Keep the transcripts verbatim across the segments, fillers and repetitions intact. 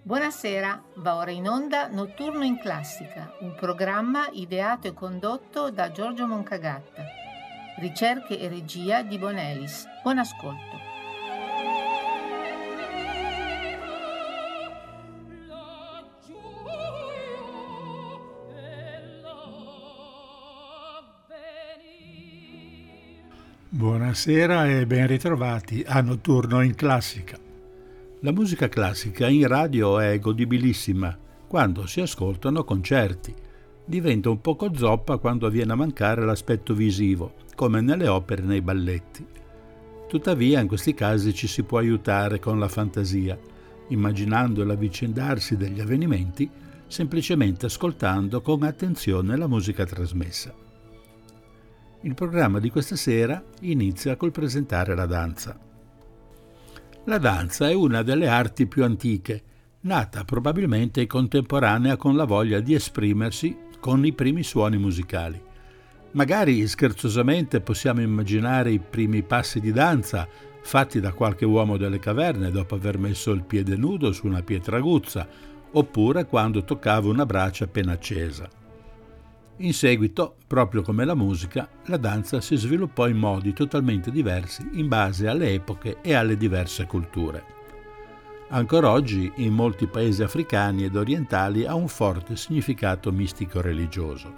Buonasera, va ora in onda Notturno in Classica, un programma ideato e condotto da Giorgio Moncagatta. Ricerche e regia di Bonelis. Buon ascolto. Buonasera e ben ritrovati a Notturno in Classica. La musica classica in radio è godibilissima quando si ascoltano concerti. Diventa un poco zoppa quando viene a mancare l'aspetto visivo, come nelle opere e nei balletti. Tuttavia, in questi casi ci si può aiutare con la fantasia, immaginando l'avvicendarsi degli avvenimenti, semplicemente ascoltando con attenzione la musica trasmessa. Il programma di questa sera inizia col presentare la danza. La danza è una delle arti più antiche, nata probabilmente contemporanea con la voglia di esprimersi con i primi suoni musicali. Magari scherzosamente possiamo immaginare i primi passi di danza fatti da qualche uomo delle caverne dopo aver messo il piede nudo su una pietra aguzza, oppure quando toccava una brace appena accesa. In seguito, proprio come la musica, la danza si sviluppò in modi totalmente diversi in base alle epoche e alle diverse culture. Ancora oggi, in molti paesi africani ed orientali ha un forte significato mistico-religioso.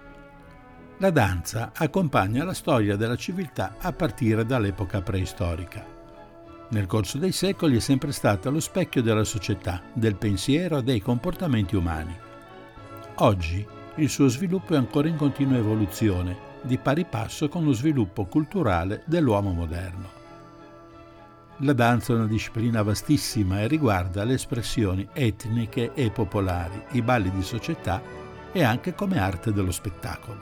La danza accompagna la storia della civiltà a partire dall'epoca preistorica. Nel corso dei secoli è sempre stata lo specchio della società, del pensiero e dei comportamenti umani. Oggi, il suo sviluppo è ancora in continua evoluzione, di pari passo con lo sviluppo culturale dell'uomo moderno. La danza è una disciplina vastissima e riguarda le espressioni etniche e popolari, i balli di società e anche come arte dello spettacolo.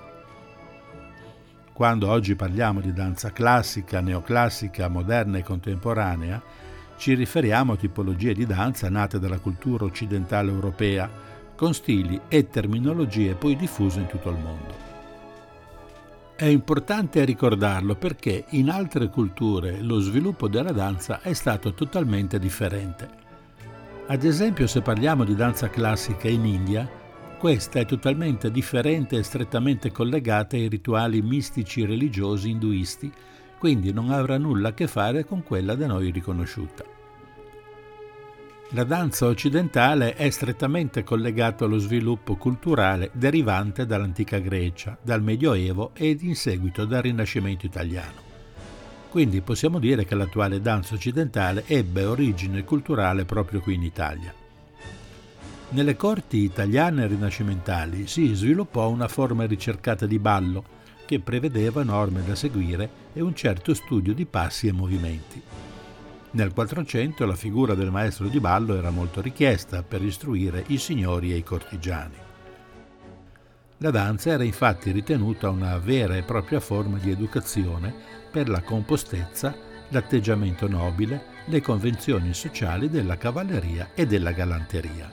Quando oggi parliamo di danza classica, neoclassica, moderna e contemporanea, ci riferiamo a tipologie di danza nate dalla cultura occidentale europea, con stili e terminologie poi diffuse in tutto il mondo. È importante ricordarlo perché in altre culture lo sviluppo della danza è stato totalmente differente. Ad esempio, se parliamo di danza classica in India, questa è totalmente differente e strettamente collegata ai rituali mistici religiosi induisti, quindi non avrà nulla a che fare con quella da noi riconosciuta. La danza occidentale è strettamente collegata allo sviluppo culturale derivante dall'antica Grecia, dal Medioevo ed in seguito dal Rinascimento italiano. Quindi possiamo dire che l'attuale danza occidentale ebbe origine culturale proprio qui in Italia. Nelle corti italiane rinascimentali si sviluppò una forma ricercata di ballo che prevedeva norme da seguire e un certo studio di passi e movimenti. Nel Quattrocento la figura del maestro di ballo era molto richiesta per istruire i signori e i cortigiani. La danza era infatti ritenuta una vera e propria forma di educazione per la compostezza, l'atteggiamento nobile, le convenzioni sociali della cavalleria e della galanteria.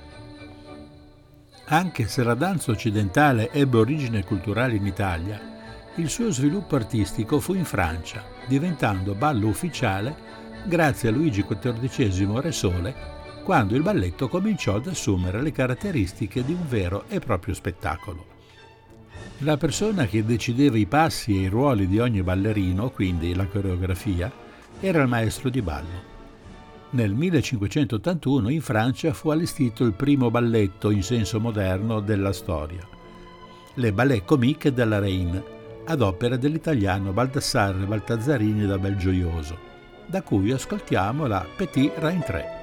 Anche se la danza occidentale ebbe origine culturale in Italia, il suo sviluppo artistico fu in Francia, diventando ballo ufficiale grazie a Luigi quattordicesimo Re Sole, quando il balletto cominciò ad assumere le caratteristiche di un vero e proprio spettacolo. La persona che decideva i passi e i ruoli di ogni ballerino, quindi la coreografia, era il maestro di ballo. Nel millecinquecentottantuno in Francia fu allestito il primo balletto in senso moderno della storia, le Ballets Comiques de la Reine, ad opera dell'italiano Baldassarre Baltazzarini da Belgioioso, da cui ascoltiamo la Petit Rentrée.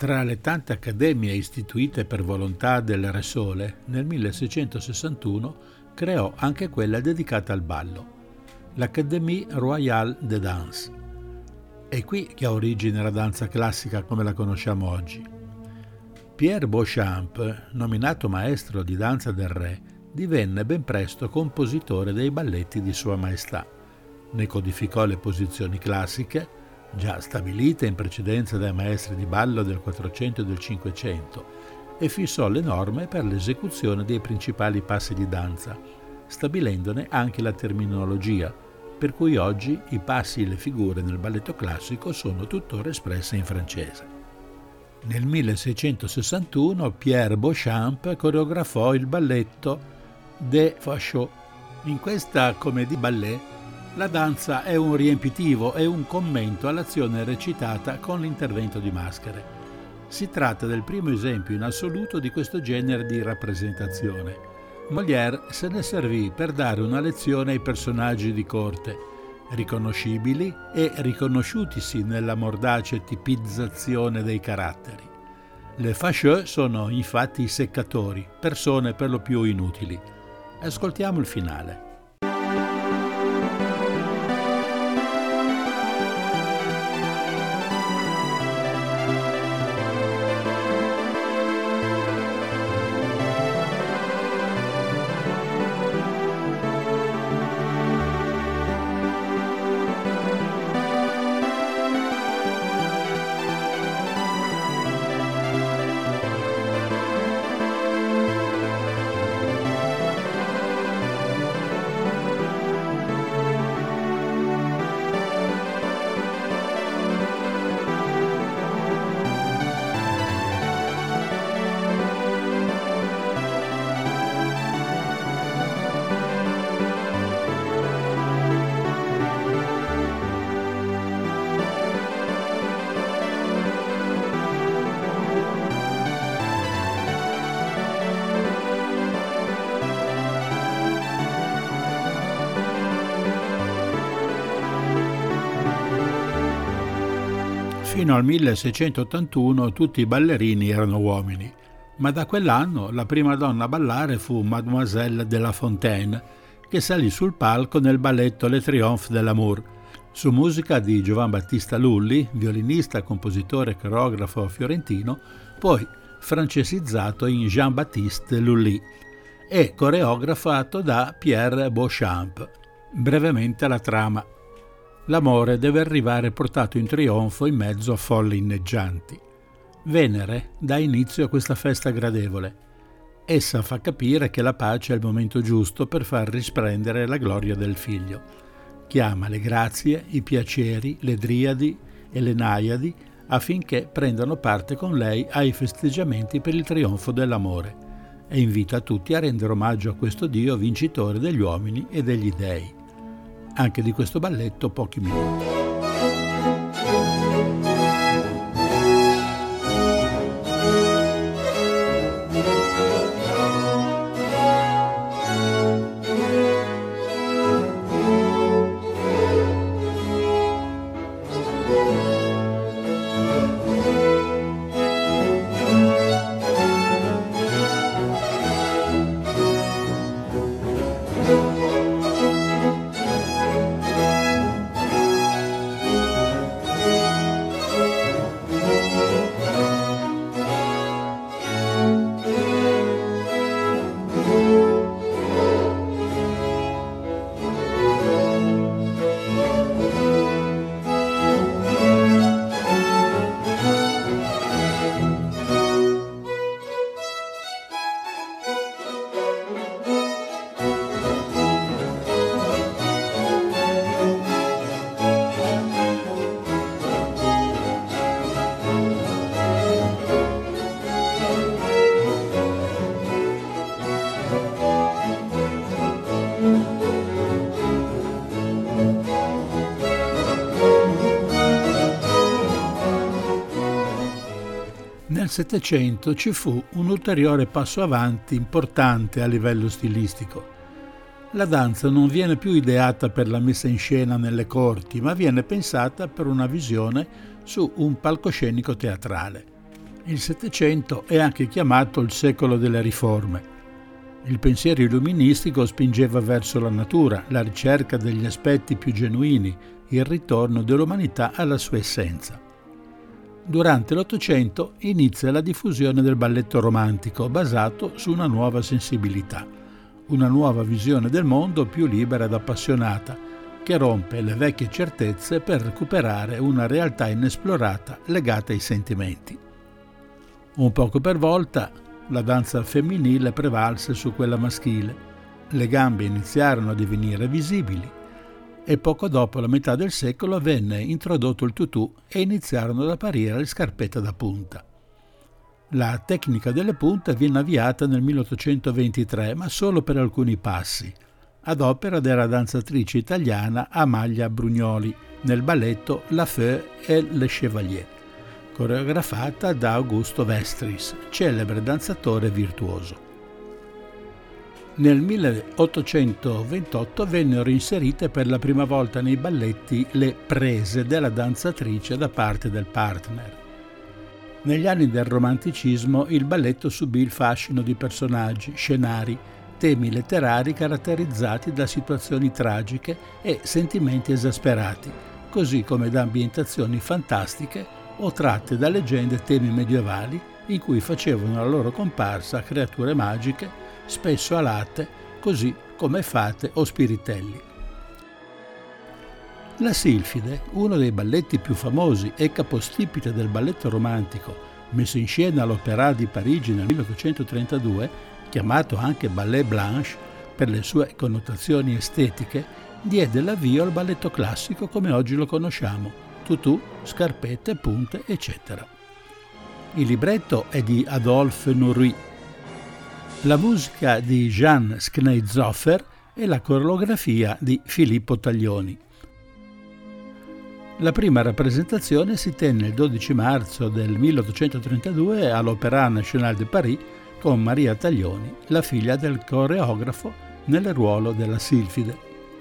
Tra le tante accademie istituite per volontà del Re Sole, nel milleseicentosessantuno creò anche quella dedicata al ballo, l'Académie Royale de Danse. È qui che ha origine la danza classica come la conosciamo oggi. Pierre Beauchamp, nominato maestro di danza del re, divenne ben presto compositore dei balletti di Sua Maestà. Ne codificò le posizioni classiche, già stabilite in precedenza dai maestri di ballo del Quattrocento e del Cinquecento, e fissò le norme per l'esecuzione dei principali passi di danza, stabilendone anche la terminologia, per cui oggi i passi e le figure nel balletto classico sono tuttora espresse in francese. Nel milleseicentosessantuno Pierre Beauchamp coreografò il balletto Des Fachos. In questa comédie ballet la danza è un riempitivo e un commento all'azione recitata con l'intervento di maschere. Si tratta del primo esempio in assoluto di questo genere di rappresentazione. Molière se ne servì per dare una lezione ai personaggi di corte, riconoscibili e riconosciutisi nella mordace tipizzazione dei caratteri. Le fâcheux sono infatti i seccatori, persone per lo più inutili. Ascoltiamo il finale. Fino al milleseicentottantuno tutti i ballerini erano uomini, ma da quell'anno la prima donna a ballare fu Mademoiselle de La Fontaine, che salì sul palco nel balletto Le Triomphe de l'Amour, su musica di Giovan Battista Lulli, violinista, compositore e coreografo fiorentino, poi francesizzato in Jean-Baptiste Lully, e coreografato da Pierre Beauchamp. Brevemente la trama. L'amore deve arrivare portato in trionfo in mezzo a folle inneggianti. Venere dà inizio a questa festa gradevole. Essa fa capire che la pace è il momento giusto per far risplendere la gloria del figlio. Chiama le grazie, i piaceri, le driadi e le naiadi affinché prendano parte con lei ai festeggiamenti per il trionfo dell'amore e invita tutti a rendere omaggio a questo dio vincitore degli uomini e degli dei. Anche di questo balletto pochi minuti. Nel Settecento ci fu un ulteriore passo avanti importante a livello stilistico. La danza non viene più ideata per la messa in scena nelle corti, ma viene pensata per una visione su un palcoscenico teatrale. Il Settecento è anche chiamato il secolo delle riforme. Il pensiero illuministico spingeva verso la natura, la ricerca degli aspetti più genuini, il ritorno dell'umanità alla sua essenza. Durante l'Ottocento inizia la diffusione del balletto romantico basato su una nuova sensibilità, una nuova visione del mondo più libera ed appassionata, che rompe le vecchie certezze per recuperare una realtà inesplorata legata ai sentimenti. Un poco per volta la danza femminile prevalse su quella maschile, le gambe iniziarono a divenire visibili e poco dopo la metà del secolo venne introdotto il tutù e iniziarono ad apparire le scarpette da punta. La tecnica delle punte viene avviata nel milleottocentoventitré, ma solo per alcuni passi, ad opera della danzatrice italiana Amalia Brugnoli nel balletto La Feu et le Chevalier, coreografata da Augusto Vestris, celebre danzatore virtuoso. Nel milleottocentoventotto vennero inserite per la prima volta nei balletti le prese della danzatrice da parte del partner. Negli anni del romanticismo il balletto subì il fascino di personaggi, scenari, temi letterari caratterizzati da situazioni tragiche e sentimenti esasperati, così come da ambientazioni fantastiche o tratte da leggende e temi medievali in cui facevano la loro comparsa creature magiche, spesso alate, così come fate o spiritelli. La Silfide, uno dei balletti più famosi e capostipite del balletto romantico, messo in scena all'Opéra di Parigi nel milleottocentotrentadue, chiamato anche Ballet Blanche per le sue connotazioni estetiche, diede l'avvio al balletto classico come oggi lo conosciamo: tutù, scarpette, punte, eccetera. Il libretto è di Adolphe Nourrit, la musica di Jean Schneizhofer e la coreografia di Filippo Taglioni. La prima rappresentazione si tenne il dodici marzo del milleottocentotrentadue all'Opéra National de Paris con Maria Taglioni, la figlia del coreografo, nel ruolo della Silfide.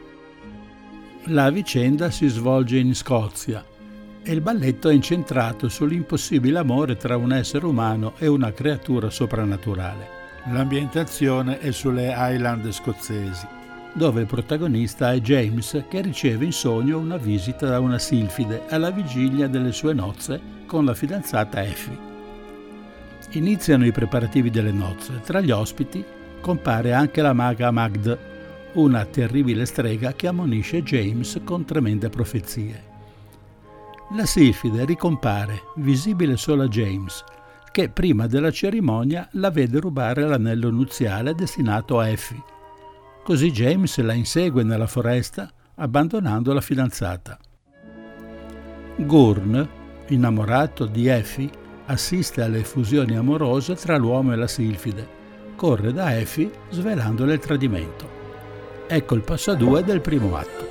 La vicenda si svolge in Scozia e il balletto è incentrato sull'impossibile amore tra un essere umano e una creatura soprannaturale. L'ambientazione è sulle Highland scozzesi, dove il protagonista è James, che riceve in sogno una visita da una silfide alla vigilia delle sue nozze con la fidanzata Effie. Iniziano i preparativi delle nozze. Tra gli ospiti compare anche la maga Magd, una terribile strega che ammonisce James con tremende profezie. La silfide ricompare, visibile solo a James, che prima della cerimonia la vede rubare l'anello nuziale destinato a Effie. Così James la insegue nella foresta, abbandonando la fidanzata. Gurn, innamorato di Effie, assiste alle fusioni amorose tra l'uomo e la silfide, corre da Effie svelandole il tradimento. Ecco il passo a due del primo atto.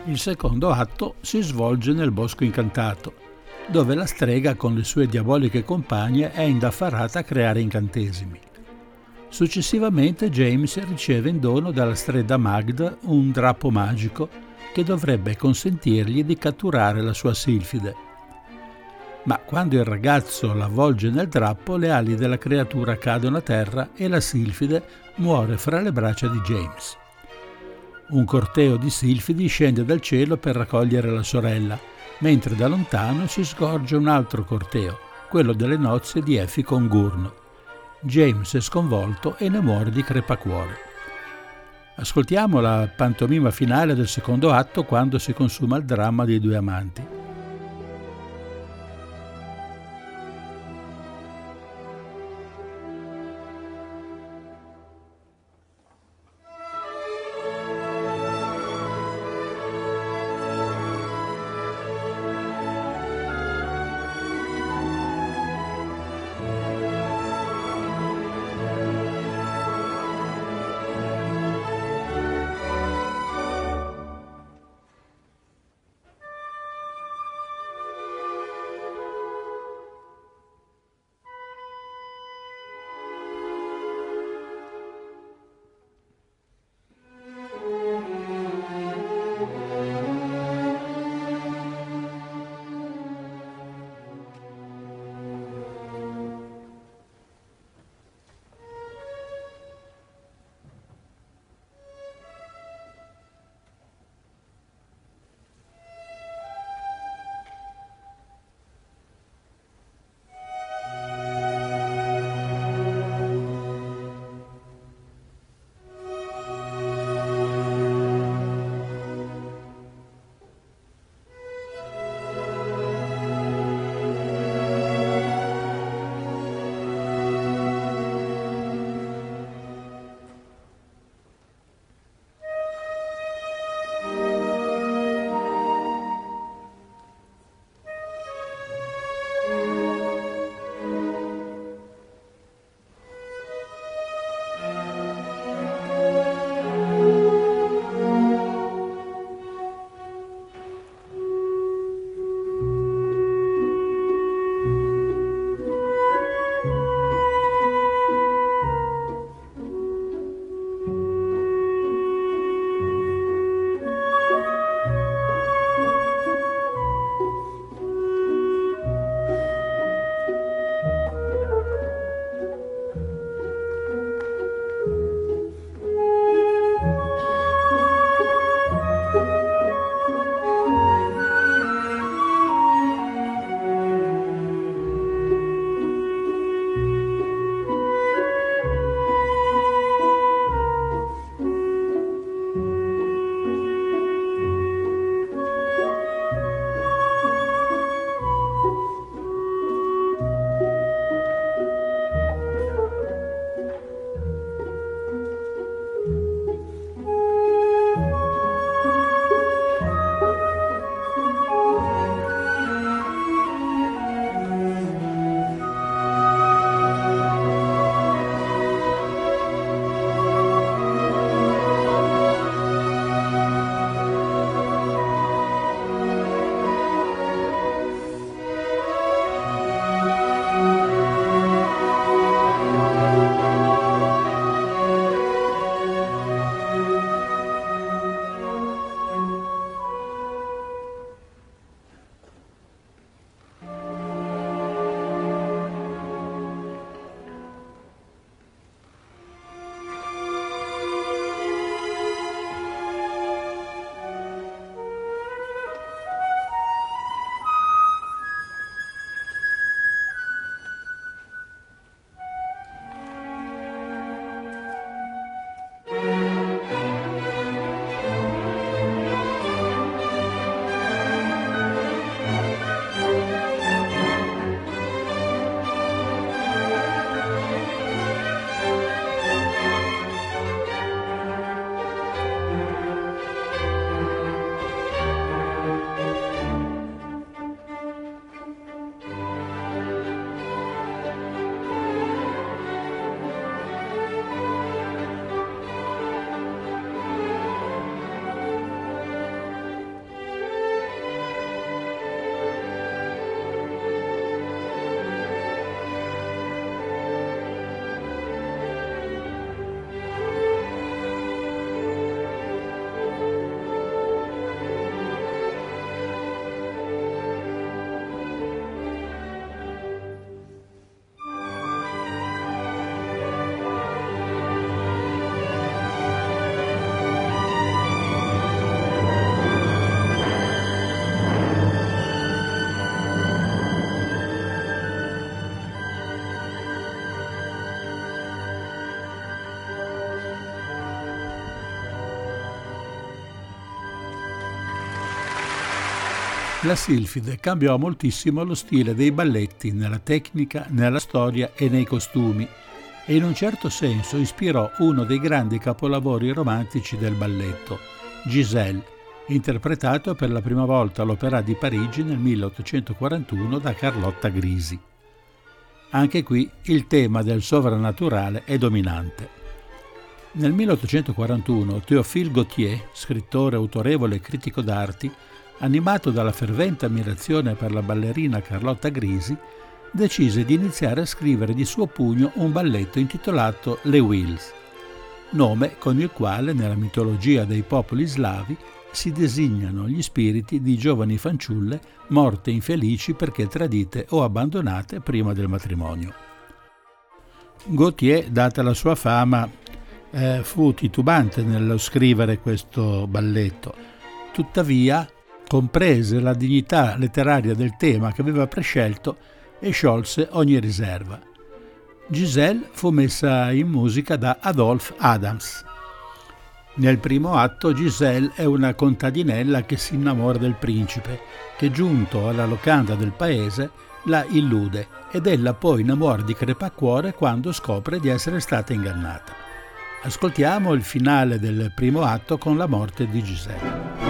Il secondo atto si svolge nel Bosco Incantato, dove la strega con le sue diaboliche compagne è indaffarata a creare incantesimi. Successivamente James riceve in dono dalla strega Magd un drappo magico che dovrebbe consentirgli di catturare la sua silfide. Ma quando il ragazzo l'avvolge nel drappo, le ali della creatura cadono a terra e la silfide muore fra le braccia di James. Un corteo di silfidi scende dal cielo per raccogliere la sorella, mentre da lontano si scorge un altro corteo, quello delle nozze di Effie con Gurn. James è sconvolto e ne muore di crepacuore. Ascoltiamo la pantomima finale del secondo atto quando si consuma il dramma dei due amanti. La Silfide cambiò moltissimo lo stile dei balletti nella tecnica, nella storia e nei costumi e in un certo senso ispirò uno dei grandi capolavori romantici del balletto, Giselle, interpretato per la prima volta all'Opéra di Parigi nel milleottocentoquarantuno da Carlotta Grisi. Anche qui il tema del sovrannaturale è dominante. Nel milleottocentoquarantuno Théophile Gautier, scrittore autorevole e critico d'arti, animato dalla fervente ammirazione per la ballerina Carlotta Grisi, decise di iniziare a scrivere di suo pugno un balletto intitolato Le Wheels, nome con il quale nella mitologia dei popoli slavi si designano gli spiriti di giovani fanciulle morte infelici perché tradite o abbandonate prima del matrimonio. Gautier, data la sua fama, eh, fu titubante nello scrivere questo balletto. Tuttavia, comprese la dignità letteraria del tema che aveva prescelto e sciolse ogni riserva. Giselle fu messa in musica da Adolphe Adams. Nel primo atto Giselle è una contadinella che si innamora del principe, che giunto alla locanda del paese la illude ed ella poi innamora di crepacuore quando scopre di essere stata ingannata. Ascoltiamo il finale del primo atto con la morte di Giselle.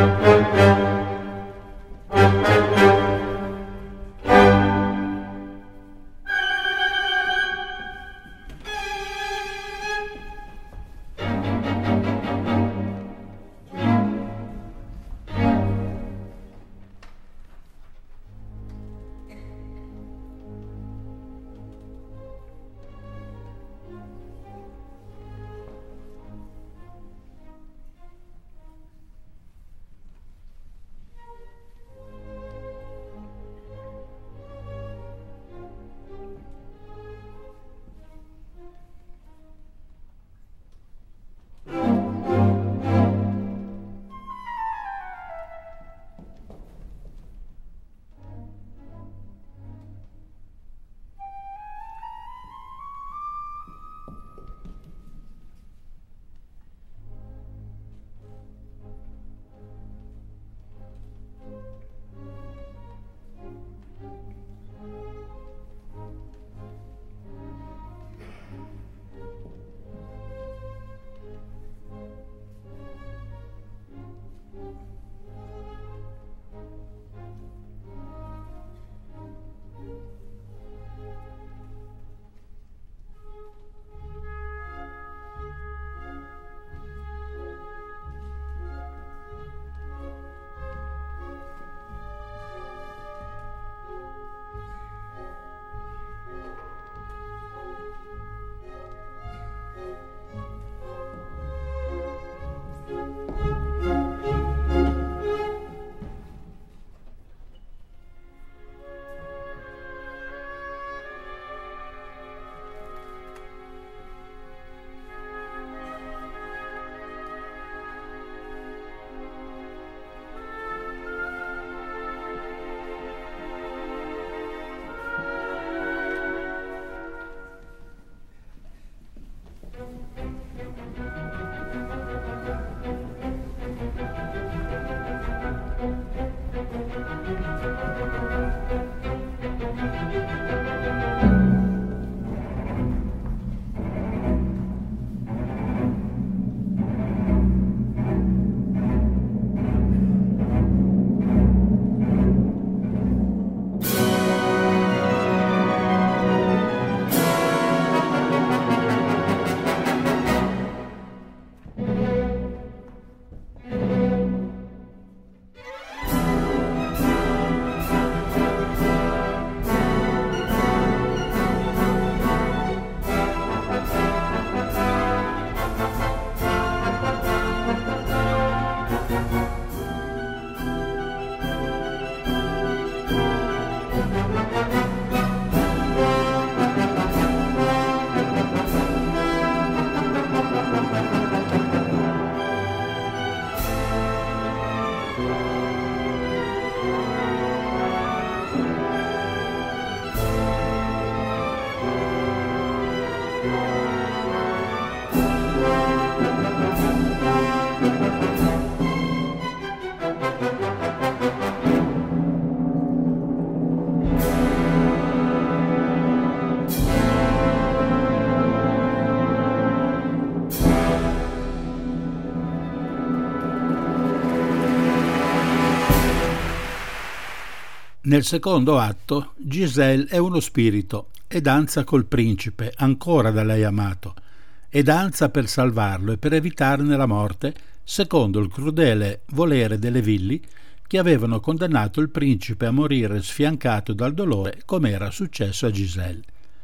Nel secondo atto Giselle è uno spirito e danza col principe, ancora da lei amato, e danza per salvarlo e per evitarne la morte, secondo il crudele volere delle Villi, che avevano condannato il principe a morire sfiancato dal dolore, come era successo a Giselle.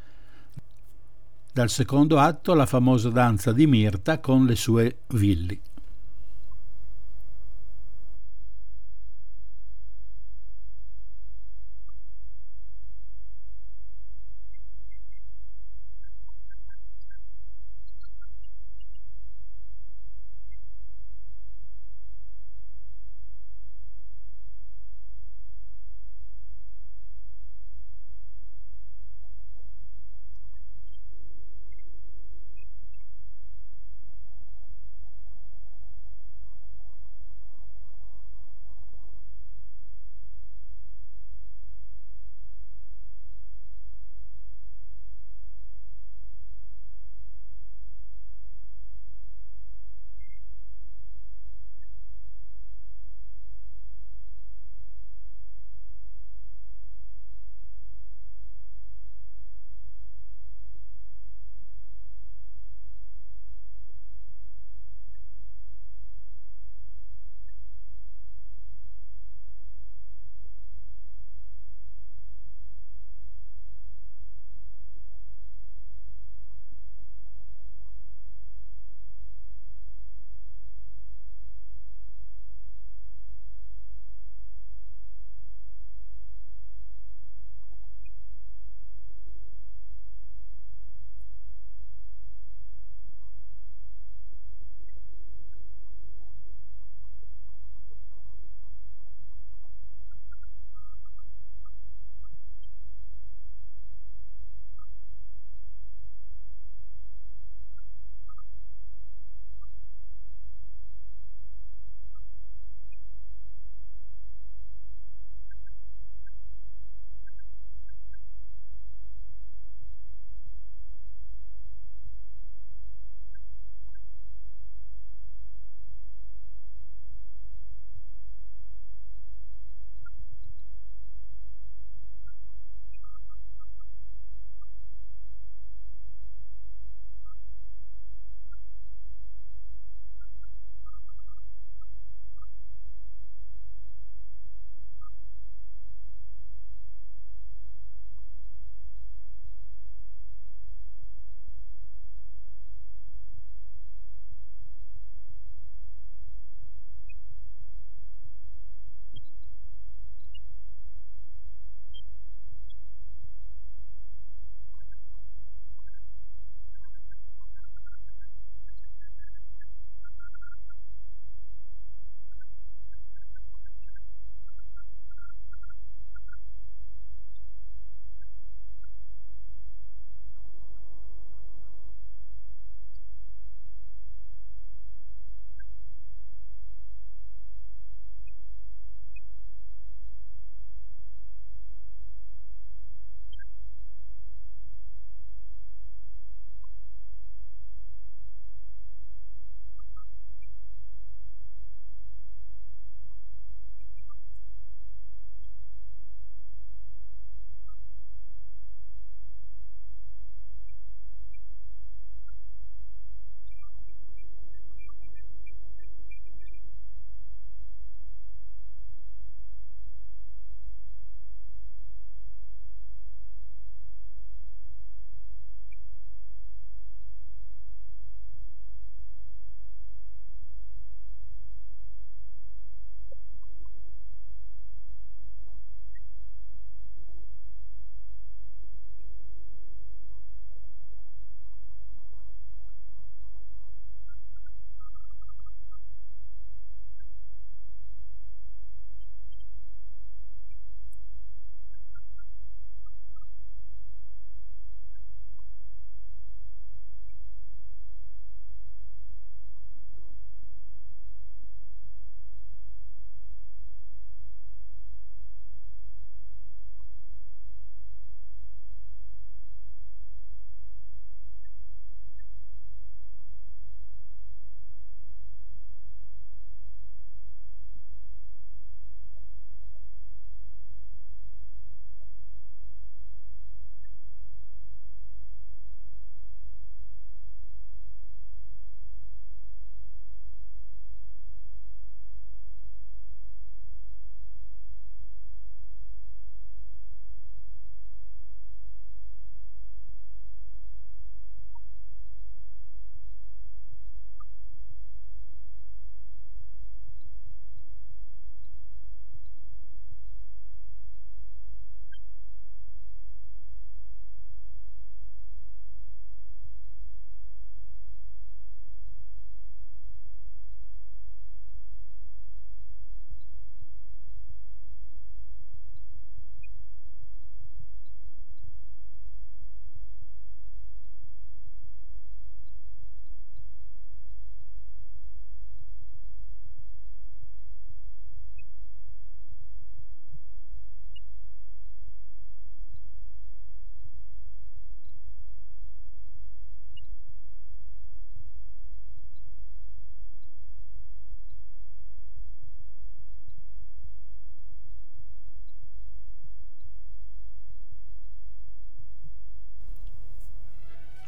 Dal secondo atto la famosa danza di Mirta con le sue Villi.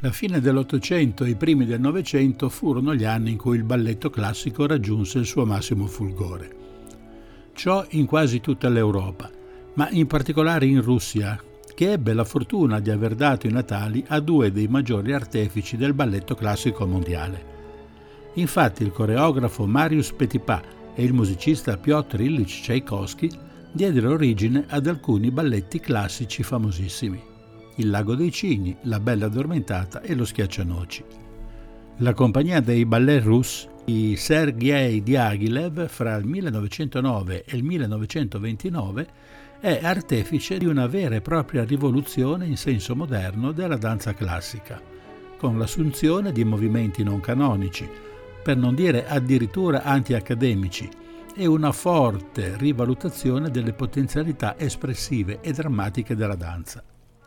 La fine dell'Ottocento e i primi del Novecento furono gli anni in cui il balletto classico raggiunse il suo massimo fulgore. Ciò in quasi tutta l'Europa, ma in particolare in Russia, che ebbe la fortuna di aver dato i natali a due dei maggiori artefici del balletto classico mondiale. Infatti il coreografo Marius Petipa e il musicista Piotr Ilyich Tchaikovsky diedero origine ad alcuni balletti classici famosissimi: Il Lago dei Cigni, La Bella Addormentata e Lo Schiaccianoci. La compagnia dei Ballets Russes, i Sergei Diaghilev, fra il millenovecentonove e il millenovecentoventinove, è artefice di una vera e propria rivoluzione in senso moderno della danza classica, con l'assunzione di movimenti non canonici, per non dire addirittura anti-accademici, e una forte rivalutazione delle potenzialità espressive e drammatiche della danza.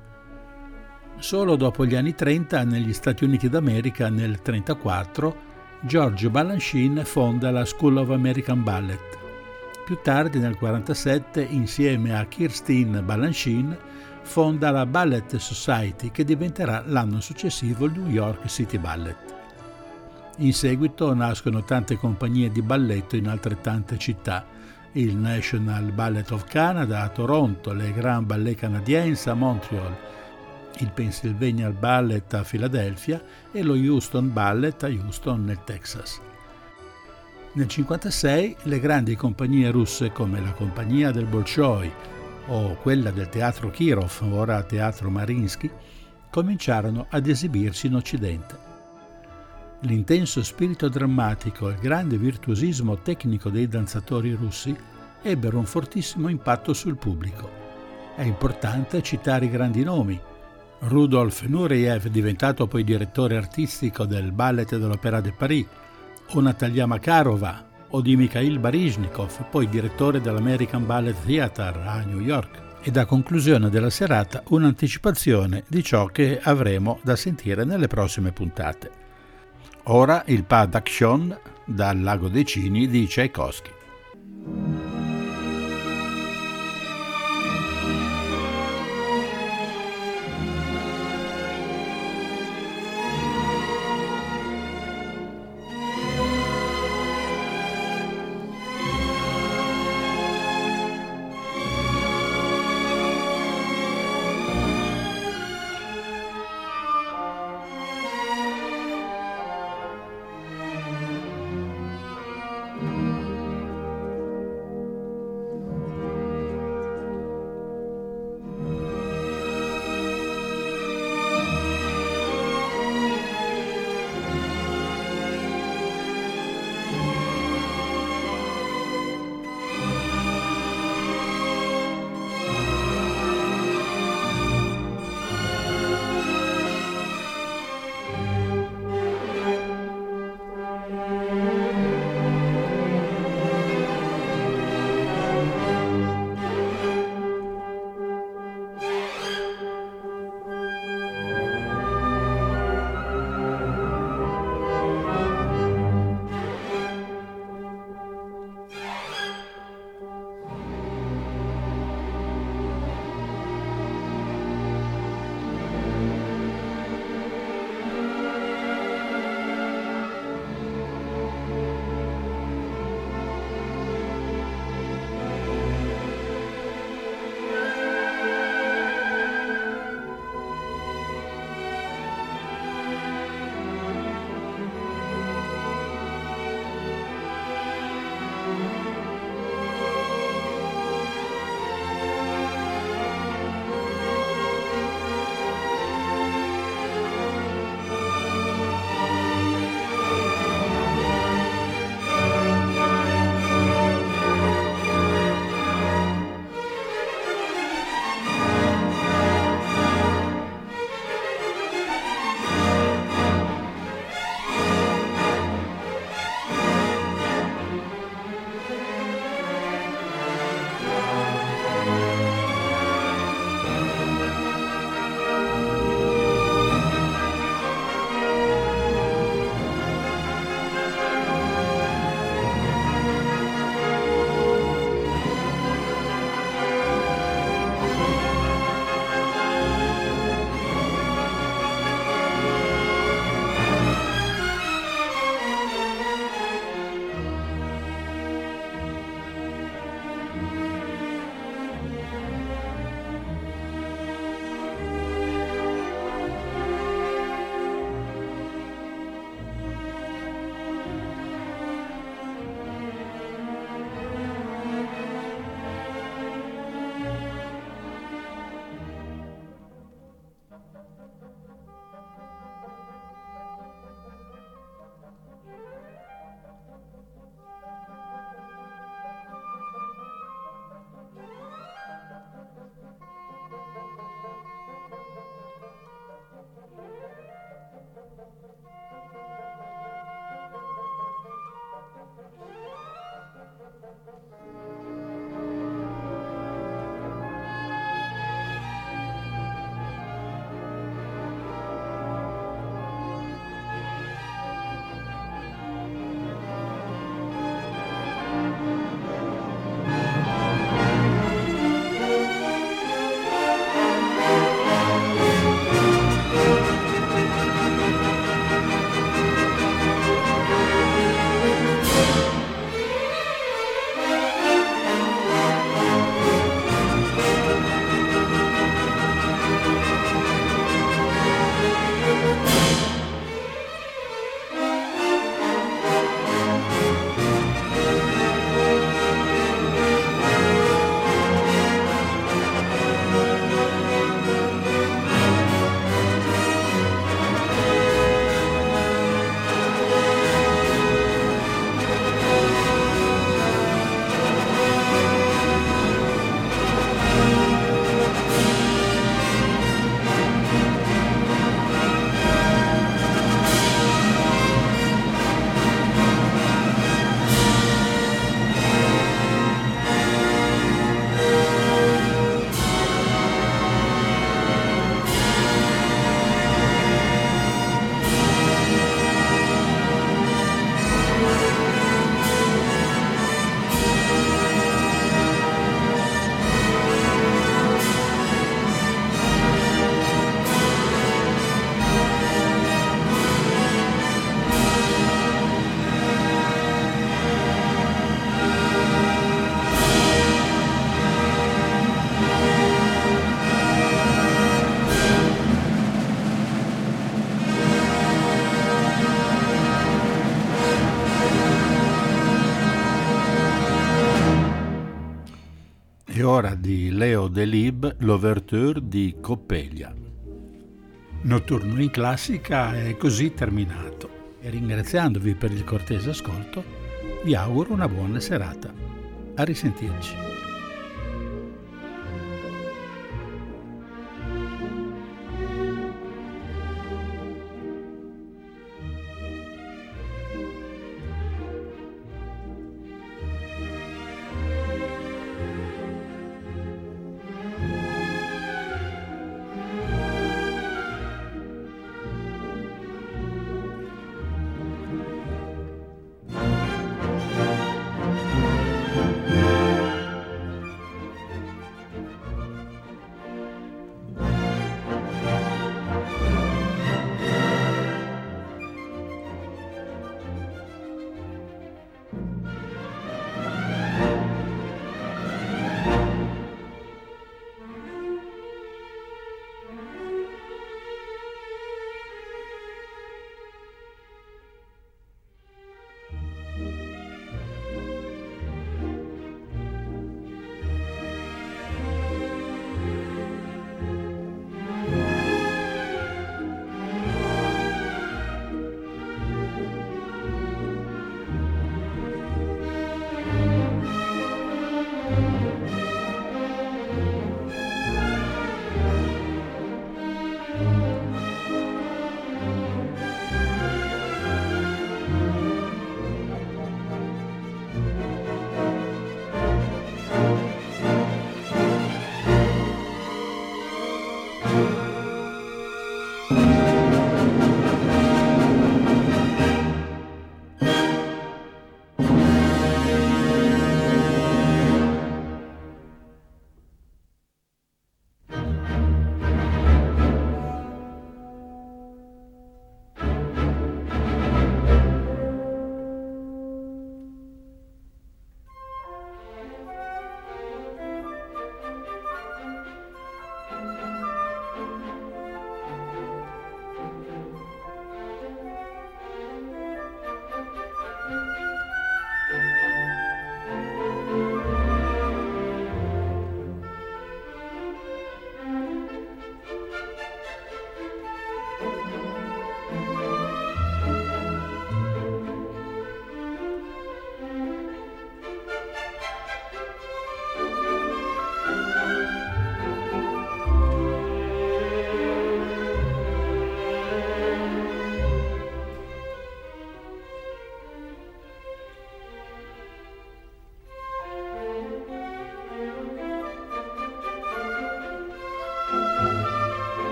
Solo dopo gli anni trenta, negli Stati Uniti d'America, nel trentaquattro, George Balanchine fonda la School of American Ballet. Più tardi, nel quarantasette, insieme a Kirstine Balanchine, fonda la Ballet Society, che diventerà l'anno successivo il New York City Ballet. In seguito nascono tante compagnie di balletto in altrettante città: il National Ballet of Canada a Toronto, le Grand Ballet Canadiens a Montreal, il Pennsylvania Ballet a Filadelfia e lo Houston Ballet a Houston nel Texas. Nel cinquantasei le grandi compagnie russe come la Compagnia del Bolshoi o quella del Teatro Kirov, ora Teatro Mariinsky, cominciarono ad esibirsi in Occidente. L'intenso spirito drammatico e il grande virtuosismo tecnico dei danzatori russi ebbero un fortissimo impatto sul pubblico. È importante citare i grandi nomi: Rudolf Nureyev, diventato poi direttore artistico del Ballet de l'Opéra de Paris, o Natalia Makarova, o di Mikhail Baryshnikov, poi direttore dell'American Ballet Theatre a New York. Ed a conclusione della serata un'anticipazione di ciò che avremo da sentire nelle prossime puntate. Ora il pas d'action dal Lago dei Cigni di Tchaikovsky. È ora di Leo Delibes l'ouverture di Coppelia. Notturno in classica è così terminato e ringraziandovi per il cortese ascolto vi auguro una buona serata. A risentirci.